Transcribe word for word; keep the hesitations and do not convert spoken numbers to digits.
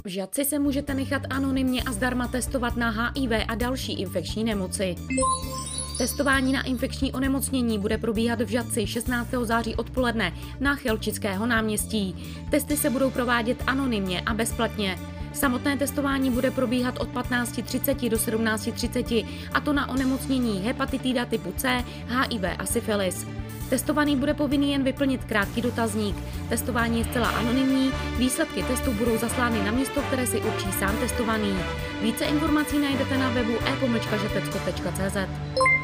V Žatci se můžete nechat anonymně a zdarma testovat na H I V a další infekční nemoci. Testování na infekční onemocnění bude probíhat v Žatci šestnáctého září odpoledne na Chelčického náměstí. Testy se budou provádět anonymně a bezplatně. Samotné testování bude probíhat od patnácti třiceti do sedmnácti třiceti, a to na onemocnění hepatitida typu C, H I V a syfilis. Testovaný bude povinný jen vyplnit krátký dotazník. Testování je zcela anonymní, výsledky testů budou zaslány na místo, které si určí sám testovaný. Více informací najdete na webu e pomlčka žatecko tečka cé zet.